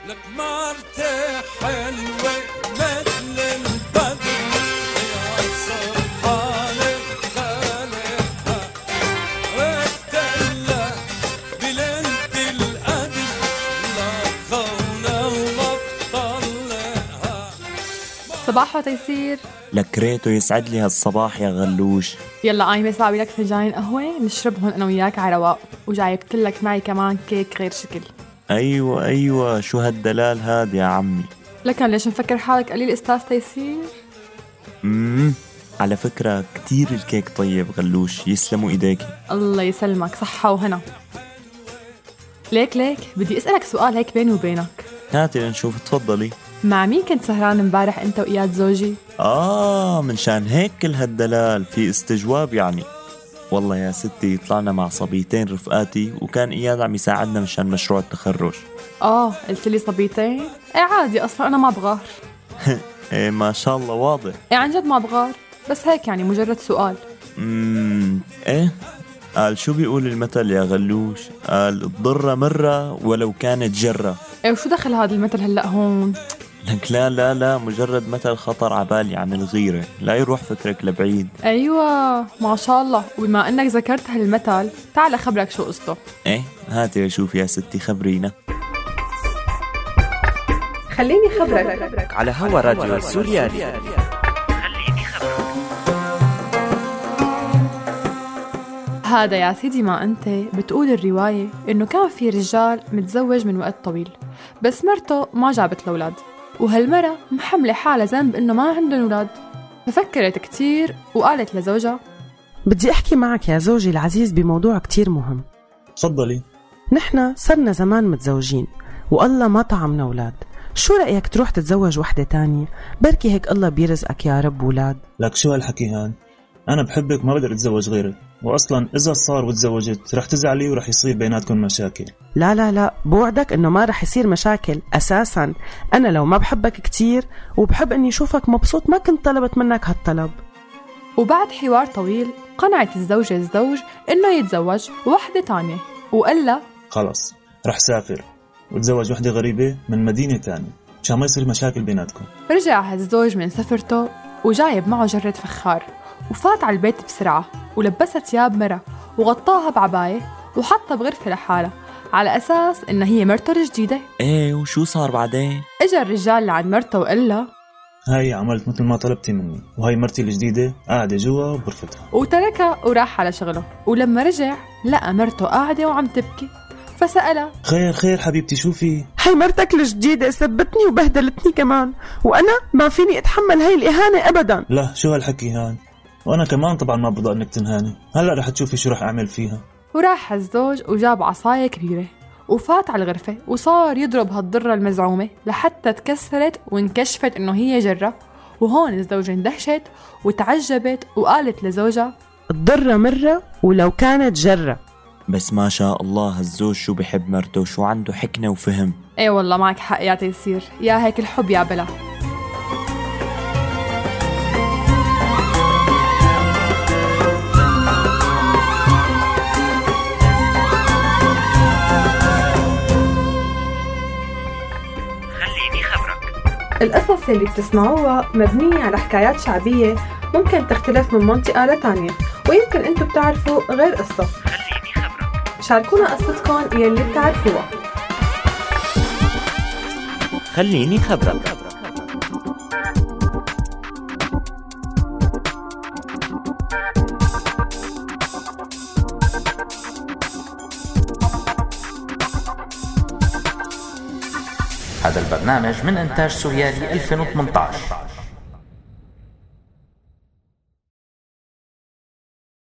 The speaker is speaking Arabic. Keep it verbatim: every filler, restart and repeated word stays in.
لك مرتي حلوة مثل البدر يا سبحان خالقها وابتلى بليلة القدر لا خون الله طلعها. صباحو تيسير. لك ريتو يسعد لي هالصباح يا غلوش. يلا قايمة ساوي لك فنجانين قهوة نشربهم أنا وياك على رواق، وجايبت لك معي كمان كيك غير شكل. أيوة أيوة، شو هالدلال هاد يا عمي؟ لكن ليش مفكر حالك قليل أستاذ تيسير؟ امم على فكرة كتير الكيك طيب غلوش، يسلموا إيديك. الله يسلمك، صحة وهنا. ليك ليك بدي أسألك سؤال هيك بيني وبينك. هاتي لنشوف، تفضلي. مع مين كنت سهران امبارح أنت وإياد زوجي؟ آه منشان هيك كل هالدلال في استجواب يعني. والله يا ستي طلعنا مع صبيتين رفقاتي، وكان إياد عم يساعدنا مشان مشروع التخرج. آه قلت لي صبيتين؟ إيه عادي، أصلا أنا ما بغار. إيه ما شاء الله واضح. إيه عن جد ما بغار، بس هيك يعني مجرد سؤال. امم إيه قال شو بيقول المثل يا غلوش؟ قال الضرة مرة ولو كانت جرة. إيه وشو دخل هذا المثل هلأ هون؟ لك لا لا لا، مجرد مثل خطر عبالي عن الغيرة، لا يروح فكرك لبعيد. أيوة ما شاء الله. وبما أنك ذكرت هالمثل تعال خبرك شو قصته. إيه هاتي شوف يا ستي خبرينا. خليني خبرك على هوا راديو سوريالي. هذا يا سيدي ما أنت بتقول الرواية إنه كان في رجال متزوج من وقت طويل، بس مرته ما جابت الأولاد، وهالمرة محملة حالة ذنب إنه ما عندهم أولاد، ففكرت كتير وقالت لزوجها بدي أحكي معك يا زوجي العزيز بموضوع كتير مهم. تفضلي. نحنا صرنا زمان متزوجين والله ما طعمنا أولاد، شو رأيك تروح تتزوج وحدة تانية؟ بركي هيك الله بيرزقك يا رب أولاد. لك شو هالحكي هان؟ أنا بحبك ما بقدر أتزوج غيرك، وأصلا إذا صار وتزوجت رح تزعلي ورح يصير بيناتكم مشاكل. لا لا لا، بوعدك إنه ما رح يصير مشاكل. أساسا أنا لو ما بحبك كتير وبحب إني شوفك مبسوط ما كنت طلبت منك هالطلب. وبعد حوار طويل قنعت الزوجة الزوج إنه يتزوج وحدة تانية، وقال له خلص رح سافر وتزوج وحدة غريبة من مدينة تانية مشان ما يصير مشاكل بيناتكم. رجع هالزوج من سفرته وجايب معه جرة فخار، وفات على البيت بسرعة ولبست ثياب مرة وغطاها بعباية وحطها بغرفة لحالها على أساس إنها هي مرته الجديدة. إيه وشو صار بعدين؟ إجا الرجال لعند مرته وقال لها هاي عملت مثل ما طلبتي مني، وهاي مرتي الجديدة قاعدة جوا بغرفتها، وتركها وراح على شغله. ولما رجع لقى مرته قاعدة وعم تبكي، فسألها خير خير حبيبتي شو في؟ هاي مرتك الجديدة سبتني وبهدلتني كمان، وأنا ما فيني أتحمل هاي الإهانة أبدا. لا شو هالحكي هان؟ وأنا كمان طبعا ما برضى أنك تنهاني، هلأ رح تشوفي شو رح أعمل فيها. وراح الزوج وجاب عصاية كبيرة وفات على الغرفة وصار يضرب هالضرة المزعومة لحتى تكسرت وانكشفت إنه هي جرة. وهون الزوجة اندهشت وتعجبت وقالت لزوجها الضرة مرة ولو كانت جرة. بس ما شاء الله هالزوج شو بحب مرته، شو عنده حكمة وفهم. ايه والله معك حق يا تيسير، يا هيك الحب يا بلا. القصص اللي بتسمعوها مبنية على حكايات شعبية ممكن تختلف من منطقة لتانية، ويمكن انتو بتعرفوا غير قصة. خليني خبرك، شاركونا قصتكم يلي بتعرفوها. خليني خبرك. هذا البرنامج من إنتاج سوريالي ألفين وثمانية عشر.